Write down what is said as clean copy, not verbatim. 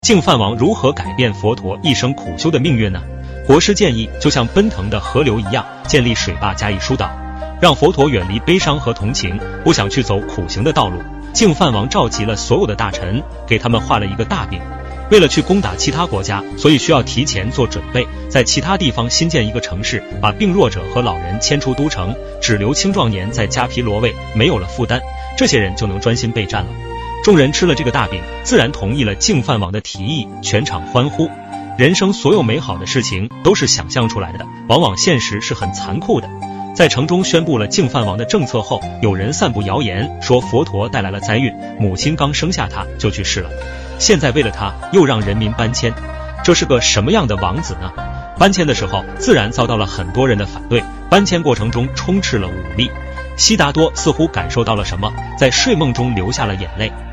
净饭王如何改变佛陀一生苦修的命运呢？国师建议，就像奔腾的河流一样，建立水坝加以疏导，让佛陀远离悲伤和同情，不想去走苦行的道路。净饭王召集了所有的大臣，给他们画了一个大饼。为了去攻打其他国家，所以需要提前做准备，在其他地方新建一个城市，把病弱者和老人迁出都城，只留青壮年在迦毗罗卫，没有了负担，这些人就能专心备战了。众人吃了这个大饼，自然同意了净饭王的提议，全场欢呼。人生所有美好的事情都是想象出来的，往往现实是很残酷的。在城中宣布了净饭王的政策后，有人散布谣言，说佛陀带来了灾运，母亲刚生下他就去世了，现在为了他又让人民搬迁，这是个什么样的王子呢？搬迁的时候自然遭到了很多人的反对，搬迁过程中充斥了武力。悉达多似乎感受到了什么，在睡梦中流下了眼泪。